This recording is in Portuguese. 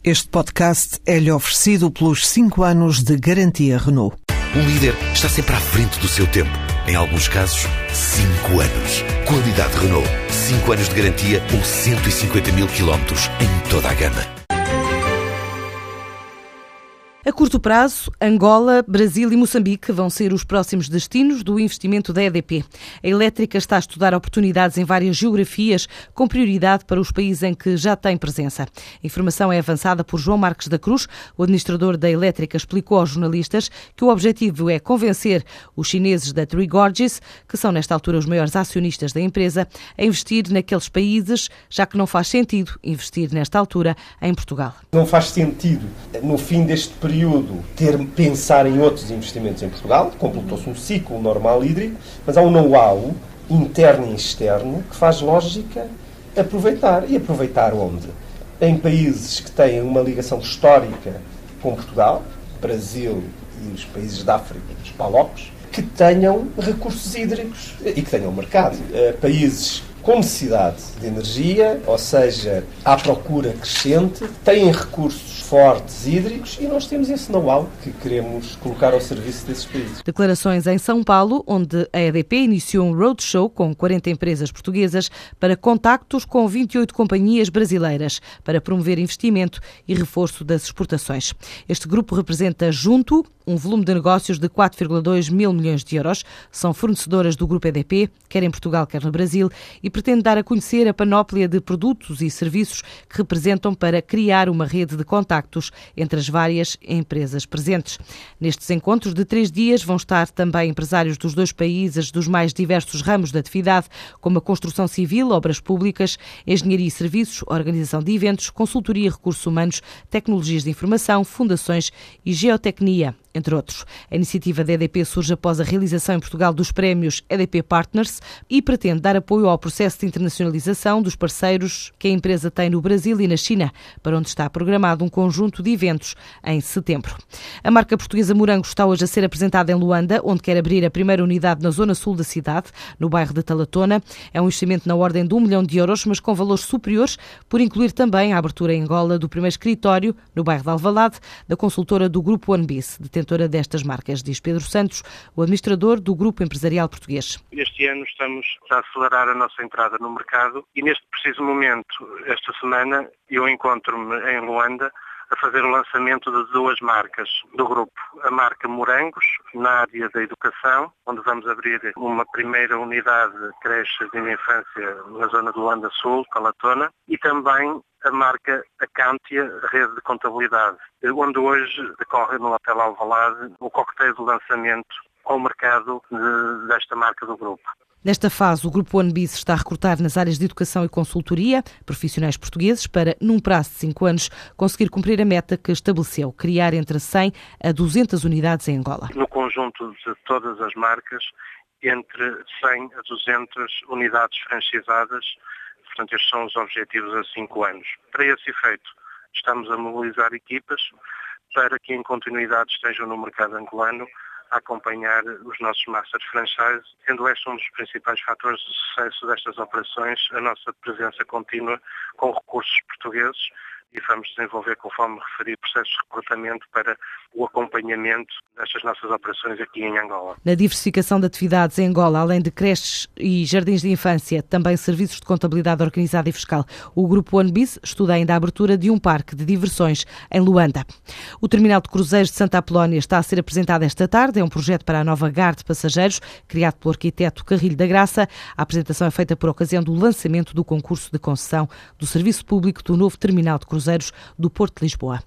Este podcast é-lhe oferecido pelos 5 anos de garantia Renault. Um líder está sempre à frente do seu tempo. Em alguns casos, 5 anos. Qualidade Renault. 5 anos de garantia ou 150 mil quilómetros em toda a gama. A curto prazo, Angola, Brasil e Moçambique vão ser os próximos destinos do investimento da EDP. A elétrica está a estudar oportunidades em várias geografias, com prioridade para os países em que já tem presença. A informação é avançada por João Marques da Cruz. O administrador da elétrica explicou aos jornalistas que o objetivo é convencer os chineses da Three Gorges, que são nesta altura os maiores acionistas da empresa, a investir naqueles países, já que não faz sentido investir nesta altura em Portugal. Não faz sentido, no fim deste período, pensar em outros investimentos em Portugal. Completou-se um ciclo normal hídrico, mas há um know-how interno e externo que faz lógica aproveitar. E aproveitar onde? Em países que têm uma ligação histórica com Portugal, Brasil e os países da África, os PALOPs, que tenham recursos hídricos e que tenham mercado. Países com necessidade de energia, ou seja, à procura crescente, têm recursos fortes hídricos e nós temos esse know-how que queremos colocar ao serviço desses países. Declarações em São Paulo, onde a EDP iniciou um roadshow com 40 empresas portuguesas para contactos com 28 companhias brasileiras para promover investimento e reforço das exportações. Este grupo representa junto um volume de negócios de 4,2 mil milhões de euros. São fornecedoras do grupo EDP, quer em Portugal, quer no Brasil, e pretende dar a conhecer a panóplia de produtos e serviços que representam para criar uma rede de contactos entre as várias empresas presentes. Nestes encontros de 3 dias vão estar também empresários dos 2 países dos mais diversos ramos de atividade, como a construção civil, obras públicas, engenharia e serviços, organização de eventos, consultoria, recursos humanos, tecnologias de informação, fundações e geotecnia, entre outros. A iniciativa da EDP surge após a realização em Portugal dos prémios EDP Partners e pretende dar apoio ao processo de internacionalização dos parceiros que a empresa tem no Brasil e na China, para onde está programado um conjunto de eventos em setembro. A marca portuguesa Morango está hoje a ser apresentada em Luanda, onde quer abrir a primeira unidade na zona sul da cidade, no bairro de Talatona. É um investimento na ordem de 1 milhão de euros, mas com valores superiores, por incluir também a abertura em Angola do primeiro escritório, no bairro de Alvalade, da consultora do Grupo OneBiz, detentora destas marcas, diz Pedro Santos, o administrador do Grupo Empresarial Português. Este ano estamos a acelerar a nossa entrada no mercado e neste preciso momento, esta semana, eu encontro-me em Luanda a fazer o lançamento de 2 marcas do grupo. A marca Morangos, na área da educação, onde vamos abrir uma primeira unidade de creches de infância na zona do Luanda Sul, Talatona, e também a marca Acantia, rede de contabilidade, onde hoje decorre no Hotel Alvalade o coquetel de lançamento ao mercado desta marca do grupo. Nesta fase, o Grupo OneBiz está a recrutar nas áreas de educação e consultoria profissionais portugueses para, num prazo de 5 anos, conseguir cumprir a meta que estabeleceu, criar entre 100 a 200 unidades em Angola. No conjunto de todas as marcas, entre 100 a 200 unidades franchisadas. Portanto, estes são os objetivos a 5 anos. Para esse efeito, estamos a mobilizar equipas para que em continuidade estejam no mercado angolano a acompanhar os nossos Master Franchise, sendo este um dos principais fatores de sucesso destas operações, a nossa presença contínua com recursos portugueses, e vamos desenvolver, conforme referi, processos de recrutamento para o acompanhamento destas nossas operações aqui em Angola. Na diversificação de atividades em Angola, além de creches e jardins de infância, também serviços de contabilidade organizada e fiscal, o Grupo OneBiz estuda ainda a abertura de um parque de diversões em Luanda. O terminal de cruzeiros de Santa Apolónia está a ser apresentado esta tarde. É um projeto para a nova gare de passageiros, criado pelo arquiteto Carrilho da Graça. A apresentação é feita por ocasião do lançamento do concurso de concessão do serviço público do novo terminal de cruzeiros do Porto de Lisboa.